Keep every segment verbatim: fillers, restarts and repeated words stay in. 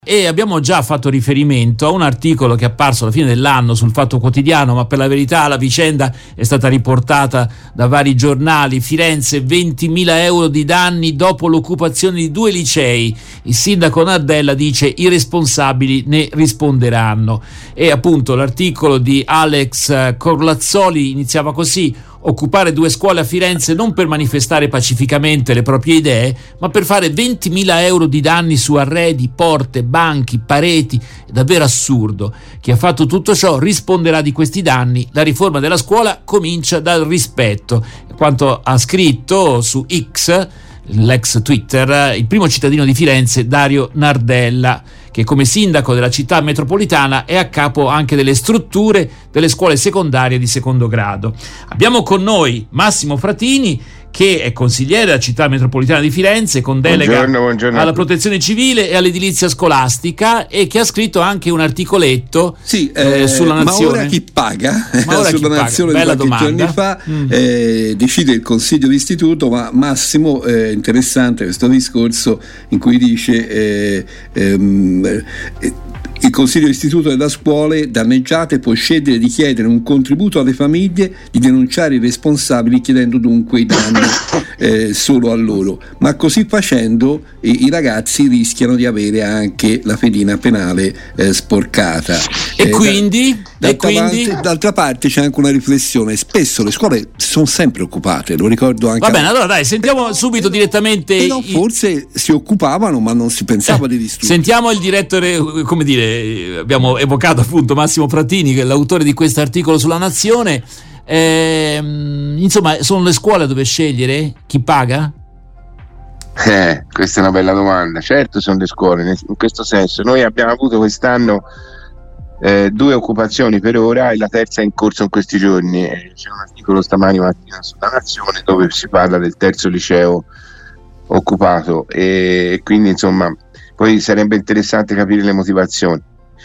E abbiamo già fatto riferimento a un articolo che è apparso alla fine dell'anno sul Fatto Quotidiano, ma per la verità la vicenda è stata riportata da vari giornali. Firenze, ventimila euro di danni dopo l'occupazione di due licei. Il sindaco Nardella dice i responsabili ne risponderanno. E appunto l'articolo di Alex Corlazzoli iniziava così: occupare due scuole a Firenze non per manifestare pacificamente le proprie idee, ma per fare ventimila euro di danni su arredi, porte, banchi, pareti. È davvero assurdo. Chi ha fatto tutto ciò risponderà di questi danni. La riforma della scuola comincia dal rispetto. Quanto ha scritto su X, l'ex Twitter, il primo cittadino di Firenze, Dario Nardella, che come sindaco della città metropolitana è a capo anche delle strutture delle scuole secondarie di secondo grado. Abbiamo con noi Massimo Fratini, che è consigliere della città metropolitana di Firenze con delega buongiorno, buongiorno alla protezione civile e all'edilizia scolastica, e che ha scritto anche un articoletto sì, eh, eh, sulla Nazione. Ma ora chi paga? Ma ora sulla chi Nazione paga? di qualche giorni fa mm. eh, decide il Consiglio di Istituto, ma Massimo, eh, interessante questo discorso in cui dice eh, ehm, eh, il Consiglio di Istituto della scuole danneggiate può scegliere di chiedere un contributo alle famiglie, di denunciare i responsabili chiedendo dunque i danni eh, solo a loro, ma così facendo eh, i ragazzi rischiano di avere anche la fedina penale eh, sporcata. E, eh, quindi, da, e quindi? Parte, d'altra parte c'è anche una riflessione: spesso le scuole sono sempre occupate, lo ricordo anche. Va bene, allora dai, sentiamo subito direttamente. Eh no, forse si occupavano, ma non si pensava eh, di distruggere. Sentiamo il direttore, come dire, abbiamo evocato appunto Massimo Fratini, che è l'autore di questo articolo sulla Nazione. Eh, insomma, sono le scuole dove scegliere chi paga? Eh, questa è una bella domanda. Certo, sono le scuole, in questo senso. Noi abbiamo avuto quest'anno eh, due occupazioni per ora e la terza è in corso in questi giorni. C'è un articolo stamani mattina sulla Nazione dove si parla del terzo liceo occupato, e quindi insomma poi sarebbe interessante capire le motivazioni.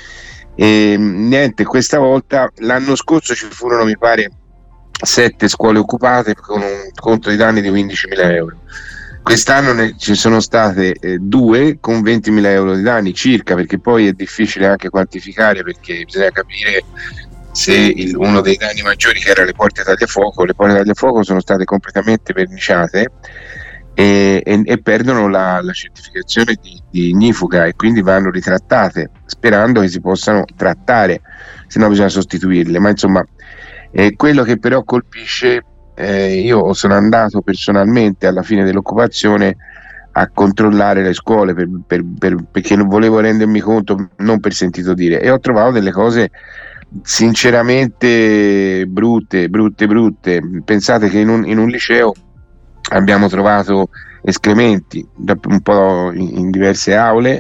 E niente, questa volta, l'anno scorso ci furono, mi pare, sette scuole occupate con un conto di danni di quindicimila euro. Quest'anno ne, ci sono state eh, due con ventimila euro di danni circa, perché poi è difficile anche quantificare, perché bisogna capire se il, uno dei danni maggiori, che era le porte tagliafuoco, le porte tagliafuoco sono state completamente verniciate e, e, e perdono la, la certificazione di, di ignifuga, e quindi vanno ritrattate, sperando che si possano trattare, se no bisogna sostituirle. Ma insomma, eh, quello che però colpisce, eh, io sono andato personalmente alla fine dell'occupazione a controllare le scuole per, per, per, perché non volevo rendermi conto, non per sentito dire, e ho trovato delle cose sinceramente brutte, brutte, brutte. Pensate che in un, in un liceo abbiamo trovato escrementi un po' in, in diverse aule,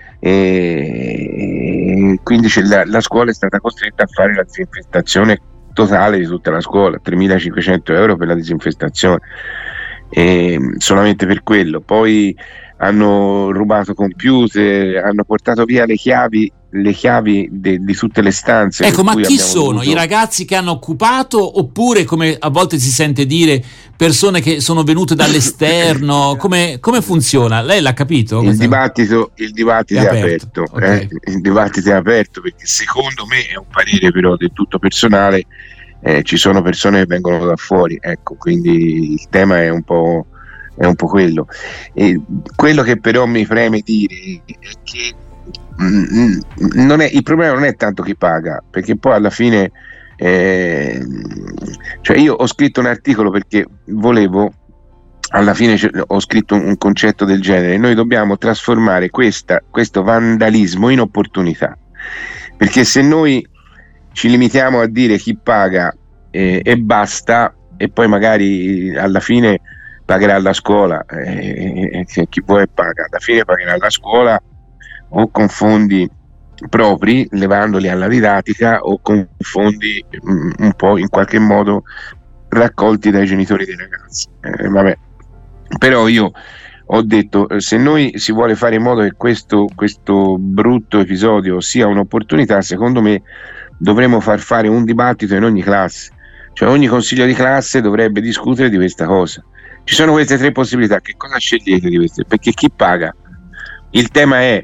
e quindi c'è la, la scuola è stata costretta a fare la disinfestazione totale di tutta la scuola, tremilacinquecento euro per la disinfestazione, e solamente per quello. Poi hanno rubato computer, hanno portato via le chiavi le chiavi de, di tutte le stanze. Ecco, ma chi sono? dovuto... I ragazzi che hanno occupato, oppure, come a volte si sente dire, persone che sono venute dall'esterno? come, come funziona? Lei l'ha capito? Il dibattito, il dibattito è, è aperto, aperto okay. eh? Il dibattito è aperto, perché secondo me, è un parere però del tutto personale, eh, ci sono persone che vengono da fuori, ecco, quindi il tema è un po' è un po' quello. E quello che però mi preme dire è che non è, il problema non è tanto chi paga, perché poi alla fine eh, cioè io ho scritto un articolo perché volevo, alla fine ho scritto un, un concetto del genere: noi dobbiamo trasformare questa, questo vandalismo in opportunità, perché se noi ci limitiamo a dire chi paga eh, e basta, e poi magari alla fine pagherà la scuola, eh, eh, chi vuole paga, alla fine pagherà la scuola o con fondi propri, levandoli alla didattica, o con fondi um, un po' in qualche modo raccolti dai genitori dei ragazzi. Eh, vabbè. Però io ho detto, se noi si vuole fare in modo che questo, questo brutto episodio sia un'opportunità, secondo me dovremmo far fare un dibattito in ogni classe, cioè ogni consiglio di classe dovrebbe discutere di questa cosa. Ci sono queste tre possibilità, che cosa scegliete di queste? Perché chi paga? Il tema è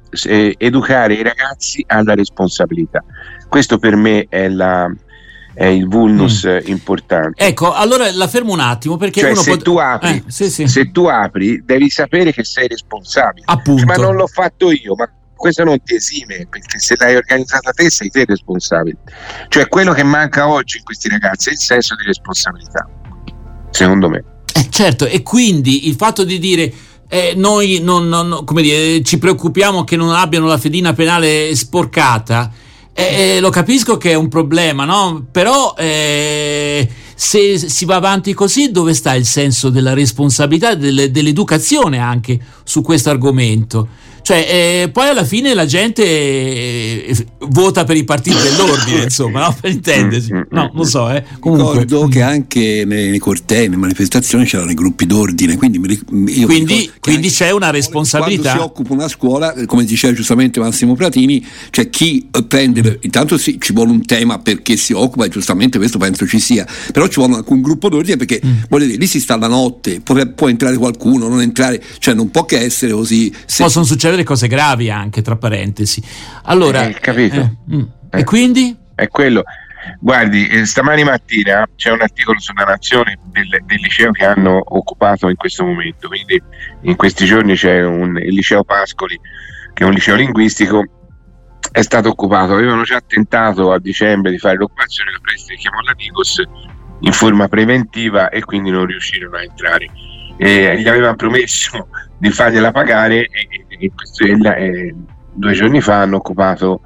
eh, educare i ragazzi alla responsabilità. Questo per me è la è il vulnus mm. importante. Ecco, allora la fermo un attimo, perché cioè, uno se, pot- tu apri, eh, sì, sì. se tu apri devi sapere che sei responsabile. Appunto. Ma non l'ho fatto io, ma questo non ti esime, perché se l'hai organizzata te sei te responsabile. Cioè quello che manca oggi in questi ragazzi è il senso di responsabilità, secondo me. Eh, certo, e quindi il fatto di dire eh, noi non, non, come dire, ci preoccupiamo che non abbiano la fedina penale sporcata, eh, lo capisco che è un problema, no? Però eh, se si va avanti così, dove sta il senso della responsabilità, delle, dell'educazione anche su questo argomento? Cioè, eh, poi alla fine la gente eh, vota per i partiti dell'ordine, insomma, no? Per intendersi. No, non so, eh. Comunque. Ricordo che anche nei, nei cortei, nelle manifestazioni c'erano i gruppi d'ordine, quindi, io quindi, quindi c'è una responsabilità. Quando si occupa una scuola, come diceva giustamente Massimo Pratini, c'è chi prende, intanto sì, ci vuole un tema perché si occupa, e giustamente questo penso ci sia, però ci vuole anche un gruppo d'ordine perché, mm. voglio dire, lì si sta la notte, può, può entrare qualcuno, non entrare, cioè non può che essere così. Se... Possono succedere cose gravi anche, tra parentesi. Allora, eh, capito? Eh, mm. E quindi? È quello. Guardi, eh, stamani mattina c'è un articolo sulla Nazione del, del liceo che hanno occupato in questo momento, quindi in questi giorni c'è un, il liceo Pascoli, che è un liceo linguistico, è stato occupato. Avevano già tentato a dicembre di fare l'occupazione, la Presta chiamò la Digos in forma preventiva e quindi non riuscirono a entrare. E gli avevano promesso di fargliela pagare e, e, e, e due giorni fa hanno occupato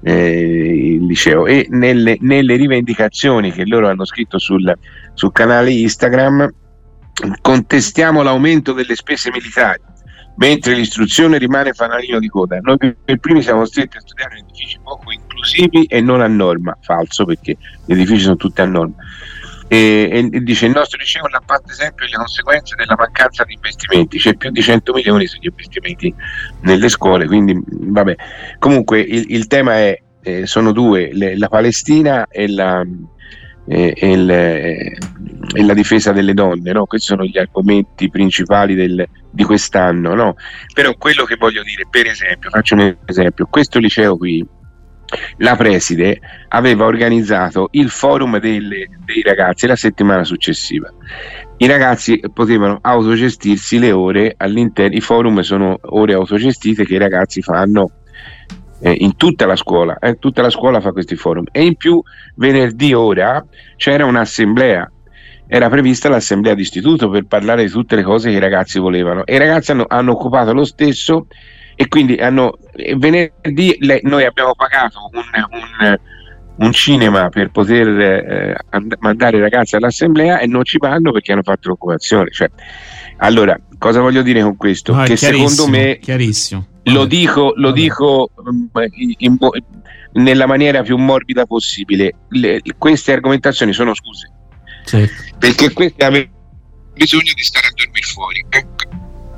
eh, il liceo. E nelle, nelle rivendicazioni che loro hanno scritto sul, sul canale Instagram, contestiamo l'aumento delle spese militari mentre l'istruzione rimane fanalino di coda. Noi per primi siamo costretti a studiare in edifici poco inclusivi e non a norma. Falso, perché gli edifici sono tutti a norma. E, e dice: il nostro liceo è un lampante esempio delle conseguenze della mancanza di investimenti, c'è più di cento milioni sugli investimenti nelle scuole, quindi vabbè. Comunque il, il tema è eh, sono due, le, la Palestina e la, eh, e, le, e la difesa delle donne, no? Questi sono gli argomenti principali del, di quest'anno, no? Però quello che voglio dire, per esempio, faccio un esempio, questo liceo qui, la preside aveva organizzato il forum delle, dei ragazzi la settimana successiva. I ragazzi potevano autogestirsi le ore all'interno, i forum sono ore autogestite che i ragazzi fanno eh, in tutta la scuola, eh, tutta la scuola fa questi forum. E in più venerdì ora c'era un'assemblea, era prevista l'assemblea d'istituto per parlare di tutte le cose che i ragazzi volevano, e i ragazzi hanno, hanno occupato lo stesso. E quindi hanno, venerdì le, noi abbiamo pagato un, un, un cinema per poter eh, and- mandare i ragazzi all'assemblea e non ci vanno perché hanno fatto l'occupazione. Cioè, allora, cosa voglio dire con questo? No, che secondo me, chiarissimo. lo dico, lo dico in, in, in, nella maniera più morbida possibile, le, queste argomentazioni sono scuse, certo. Perché questi avevano bisogno di stare a dormire fuori. Ecco.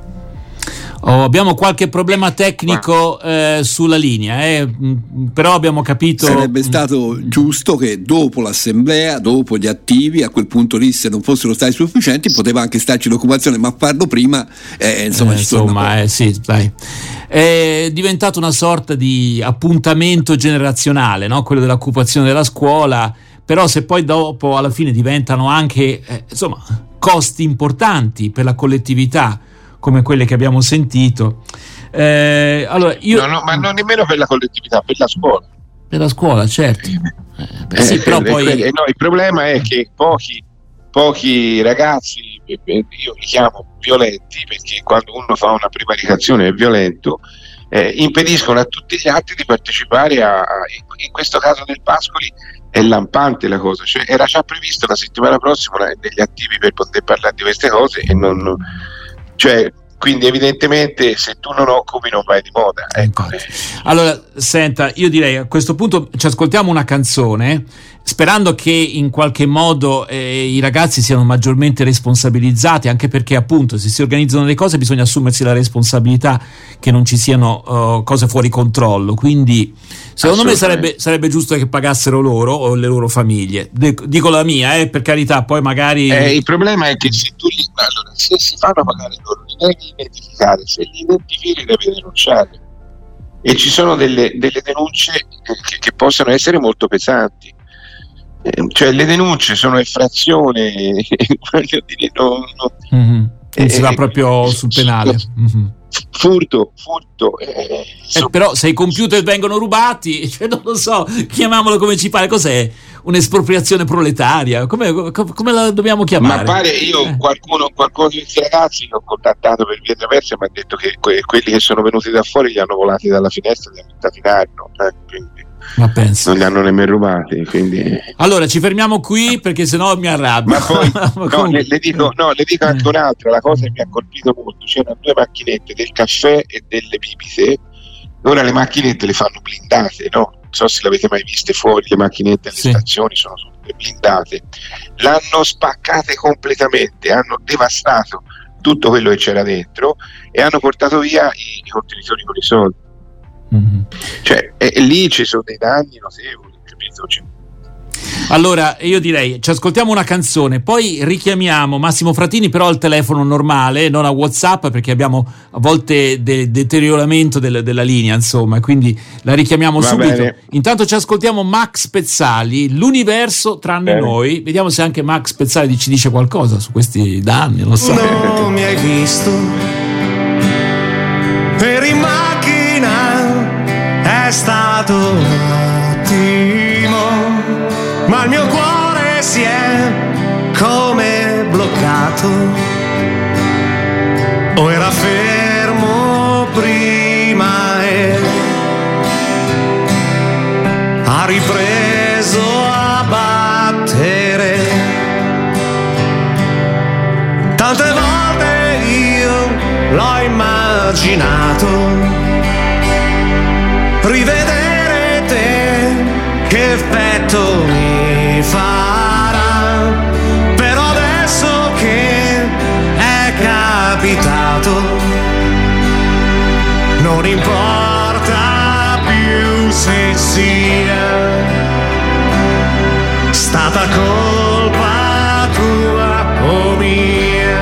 Oh, abbiamo qualche problema tecnico eh, sulla linea, eh, però abbiamo capito. Sarebbe stato giusto che dopo l'assemblea, dopo gli attivi, a quel punto lì, se non fossero stati sufficienti, poteva anche starci l'occupazione, ma farlo prima, eh, insomma, eh, ci insomma eh, sì, dai. È diventato una sorta di appuntamento generazionale, no? Quello dell'occupazione della scuola. Però se poi dopo alla fine diventano anche eh, insomma costi importanti per la collettività, come quelle che abbiamo sentito, eh, allora io no, no, ma non nemmeno per la collettività, per la scuola. Per la scuola, certo. Eh, beh, sì, eh, però eh, poi eh, no, il problema è che pochi pochi ragazzi, io li chiamo violenti perché quando uno fa una prevaricazione è violento, eh, impediscono a tutti gli altri di partecipare a, a in questo caso del Pascoli è lampante la cosa, cioè era già previsto la settimana prossima degli attivi per poter parlare di queste cose e non, cioè, quindi evidentemente se tu non occupi non vai di moda, ecco. Allora senta, io direi a questo punto ci ascoltiamo una canzone, sperando che in qualche modo eh, i ragazzi siano maggiormente responsabilizzati, anche perché appunto se si organizzano le cose bisogna assumersi la responsabilità che non ci siano uh, cose fuori controllo, quindi secondo me sarebbe, sarebbe giusto che pagassero loro o le loro famiglie. De- dico la mia, eh, per carità, poi magari eh, il problema è che se tu li, allora, se si fanno pagare loro li devi identificare, se li identifichi devi denunciare. e ci sono delle, delle denunce che, che possono essere molto pesanti. Eh, cioè le denunce sono effrazione, voglio dire, no, no, mm-hmm. eh, si va proprio sul penale. Mm-hmm. Furto, furto. Eh, eh, però se i computer vengono rubati, cioè non lo so, chiamiamolo come ci pare, cos'è? Un'espropriazione proletaria? Come, come la dobbiamo chiamare? Ma pare io, eh. qualcuno, qualcuno di questi ragazzi che ho contattato per vie traverse mi ha detto che que- quelli che sono venuti da fuori li hanno volati dalla finestra e li hanno buttati in arno, eh, quindi ma penso. non li hanno nemmeno rubati, quindi... Allora ci fermiamo qui perché sennò mi arrabbio. Ma poi no, le, le dico, no, le dico anche un'altra, la cosa che mi ha colpito molto: c'erano due macchinette del caffè e delle bibite. Ora le macchinette le fanno blindate, no? Non so se l'avete mai viste fuori, le macchinette alle sì. stazioni sono tutte blindate. L'hanno spaccate completamente, hanno devastato tutto quello che c'era dentro e hanno portato via i, i contenitori con i soldi. Mm-hmm. Cioè, e, e lì ci sono dei danni notevoli, capito? Cioè, allora io direi ci ascoltiamo una canzone, poi richiamiamo Massimo Fratini, però al telefono normale, non a WhatsApp, perché abbiamo a volte del deterioramento del, della linea, insomma, quindi la richiamiamo Va subito. Bene. Intanto ci ascoltiamo Max Pezzali, L'universo tranne bene. Noi. Vediamo se anche Max Pezzali ci dice qualcosa su questi danni, non lo so. Non mi hai visto per in macchina, è stato un attimo, ma il mio cuore si è come bloccato, o era fermo prima e ha ripreso a battere. Tante volte io l'ho immaginato, rivedere te, che effetto mi farà, però adesso che è capitato non importa più se sia stata colpa tua o mia.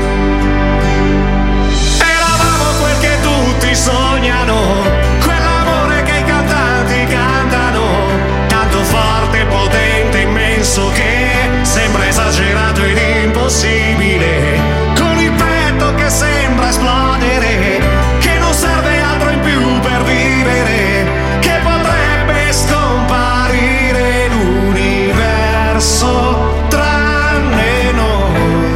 Eravamo quel che tutti sognano, quell'amore che i cantanti cantano, tanto forte, potente, immenso che sembra esagerato ed impossibile, con il petto che sembra esplodere, che non serve altro in più per vivere, che potrebbe scomparire l'universo tranne noi.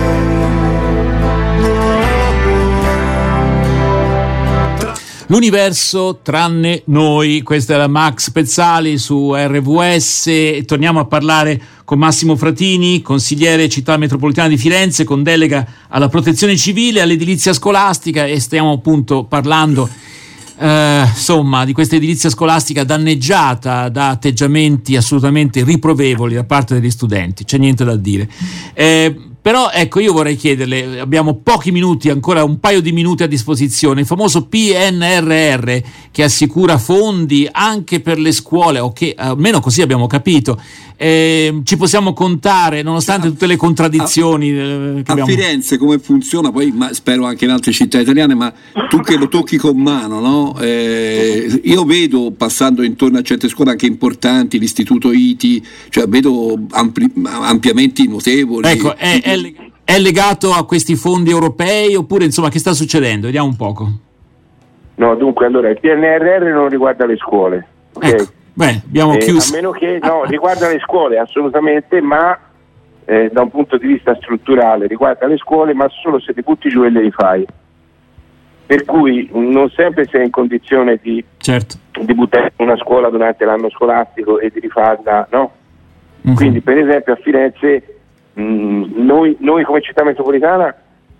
L'universo tranne noi, questa era Max Pezzali su R V S. Torniamo a parlare con Massimo Fratini, consigliere Città Metropolitana di Firenze con delega alla protezione civile e all'edilizia scolastica, e stiamo appunto parlando eh, insomma di questa edilizia scolastica danneggiata da atteggiamenti assolutamente riprovevoli da parte degli studenti, c'è niente da dire. Eh, Però ecco, io vorrei chiederle, abbiamo pochi minuti, ancora un paio di minuti a disposizione, il famoso P N R R che assicura fondi anche per le scuole, o che almeno così abbiamo capito, eh, ci possiamo contare nonostante tutte le contraddizioni a, che abbiamo. A Firenze come funziona, poi ma spero anche in altre città italiane, ma tu che lo tocchi con mano, no? Eh, io vedo passando intorno a certe scuole anche importanti, l'istituto I T I, cioè vedo ampli, ampliamenti notevoli. Ecco, è, è È legato a questi fondi europei oppure insomma che sta succedendo? Vediamo un poco. No, dunque allora il P N R R non riguarda le scuole, okay? Ecco, beh, abbiamo eh, chiuso. A meno che no, riguarda le scuole assolutamente, ma eh, da un punto di vista strutturale riguarda le scuole, ma solo se li butti giù e le rifai. Per cui non sempre sei in condizione di, certo. di buttare una scuola durante l'anno scolastico e di rifarla, no? Mm-hmm. Quindi per esempio a Firenze Noi, noi come città metropolitana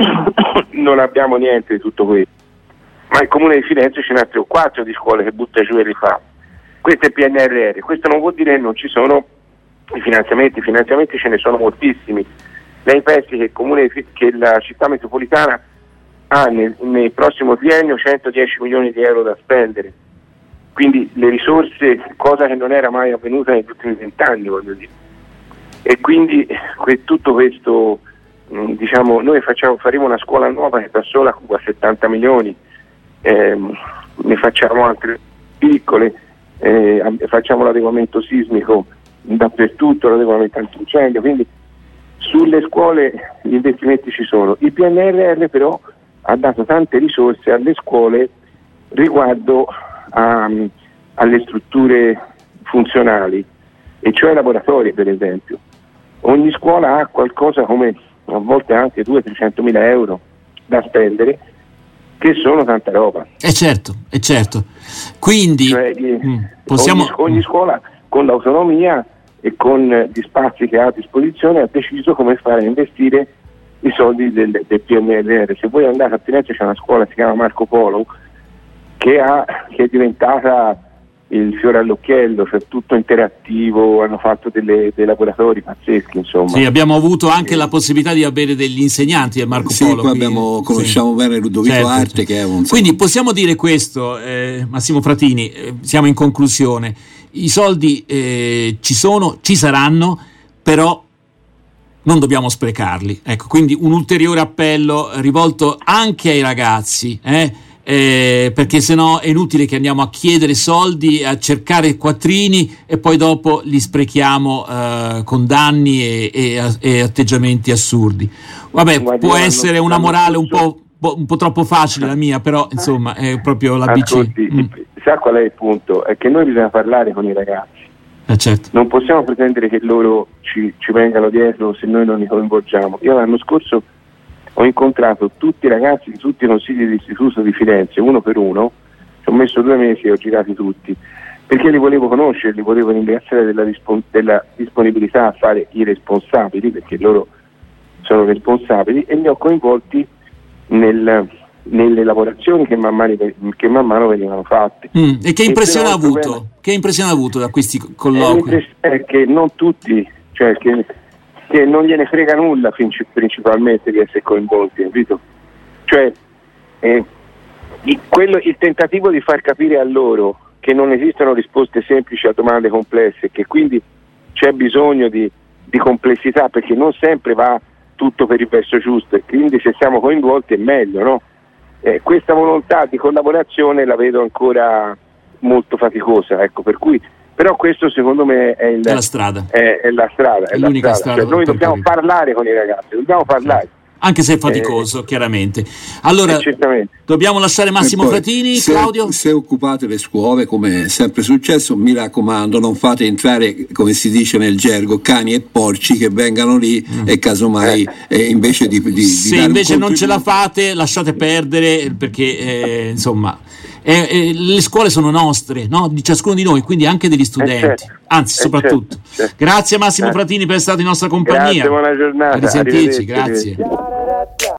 non abbiamo niente di tutto questo, ma il comune di Firenze ce n'ha tre o quattro di scuole che butta giù e rifà. Questo è P N R R, questo non vuol dire che non ci sono i finanziamenti, i finanziamenti ce ne sono moltissimi. Lei pensi che il comune, che la città metropolitana ha nel, nel prossimo triennio centodieci milioni di euro da spendere, quindi le risorse, cosa che non era mai avvenuta negli ultimi vent'anni, voglio dire. E quindi que- tutto questo, mh, diciamo, noi facciamo, faremo una scuola nuova che da sola cuba settanta milioni, ehm, ne facciamo altre piccole, eh, facciamo l'adeguamento sismico dappertutto, l'adeguamento antincendio, quindi sulle scuole gli investimenti ci sono. Il P N R R però ha dato tante risorse alle scuole riguardo a, alle strutture funzionali, e cioè laboratori per esempio. Ogni scuola ha qualcosa come a volte anche duecento mila euro da spendere, che sono tanta roba. Eh certo, è certo. Quindi cioè, eh, possiamo... ogni, ogni scuola con l'autonomia e con gli spazi che ha a disposizione ha deciso come fare a investire i soldi del, del P N R R. Se voi andate a Firenze c'è una scuola che si chiama Marco Polo che, ha, che è diventata il fiore all'occhiello, cioè tutto interattivo, hanno fatto delle, dei laboratori pazzeschi, insomma. Sì, abbiamo avuto anche la possibilità di avere degli insegnanti a Marco sì, Polo. Sì, abbiamo, conosciamo sì. bene Ludovico certo, Arte certo. che è un... Quindi possiamo dire questo, eh, Massimo Fratini, eh, siamo in conclusione, i soldi eh, ci sono, ci saranno, però non dobbiamo sprecarli. Ecco, quindi un ulteriore appello rivolto anche ai ragazzi, eh, Eh, perché sennò è inutile che andiamo a chiedere soldi, a cercare quattrini e poi dopo li sprechiamo eh, con danni e, e, e atteggiamenti assurdi. Vabbè, Guardi, può essere una morale un po', un po' troppo facile la mia, però insomma è proprio l'A B C. Ascolti, mm. Sa qual è il punto? È che noi bisogna parlare con i ragazzi. Eh certo. Non possiamo pretendere che loro ci, ci vengano dietro se noi non li coinvolgiamo. Io l'anno scorso ho incontrato tutti i ragazzi di tutti i consigli di istituto di Firenze, uno per uno, ci ho messo due mesi e ho girati tutti, perché li volevo conoscere, li volevo ringraziare della, dispon- della disponibilità a fare i responsabili, perché loro sono responsabili, e li ho coinvolti nel, nelle lavorazioni che man mano, che man mano venivano fatte. Mm, e che impressione ha avuto? Problema, che impressione ha avuto da questi colloqui? È che non tutti, cioè che che non gliene frega nulla principalmente di essere coinvolti, capito? Cioè eh, il, quello, il tentativo di far capire a loro che non esistono risposte semplici a domande complesse, che quindi c'è bisogno di, di complessità, perché non sempre va tutto per il verso giusto, e quindi se siamo coinvolti è meglio, no? Eh, questa volontà di collaborazione la vedo ancora molto faticosa, ecco, per cui però questo secondo me è, il, è la strada, è, è la strada, è, è l'unica strada. strada cioè, noi dobbiamo capire. parlare con i ragazzi, dobbiamo parlare. Anche se è faticoso, eh, chiaramente. Allora, eh, dobbiamo lasciare Massimo poi, Fratini, se, Claudio? Se occupate le scuole, come è sempre successo, mi raccomando, non fate entrare, come si dice nel gergo, cani e porci che vengano lì mm. e casomai eh. eh, invece di, di, di se invece non ce la fate, lasciate perdere, perché eh, insomma... Eh, eh, le scuole sono nostre, no? Di ciascuno di noi, quindi anche degli studenti, eh certo, anzi eh soprattutto certo, certo. Grazie Massimo Fratini per essere stato in nostra compagnia. Grazie, buona giornata. A risentirci, grazie.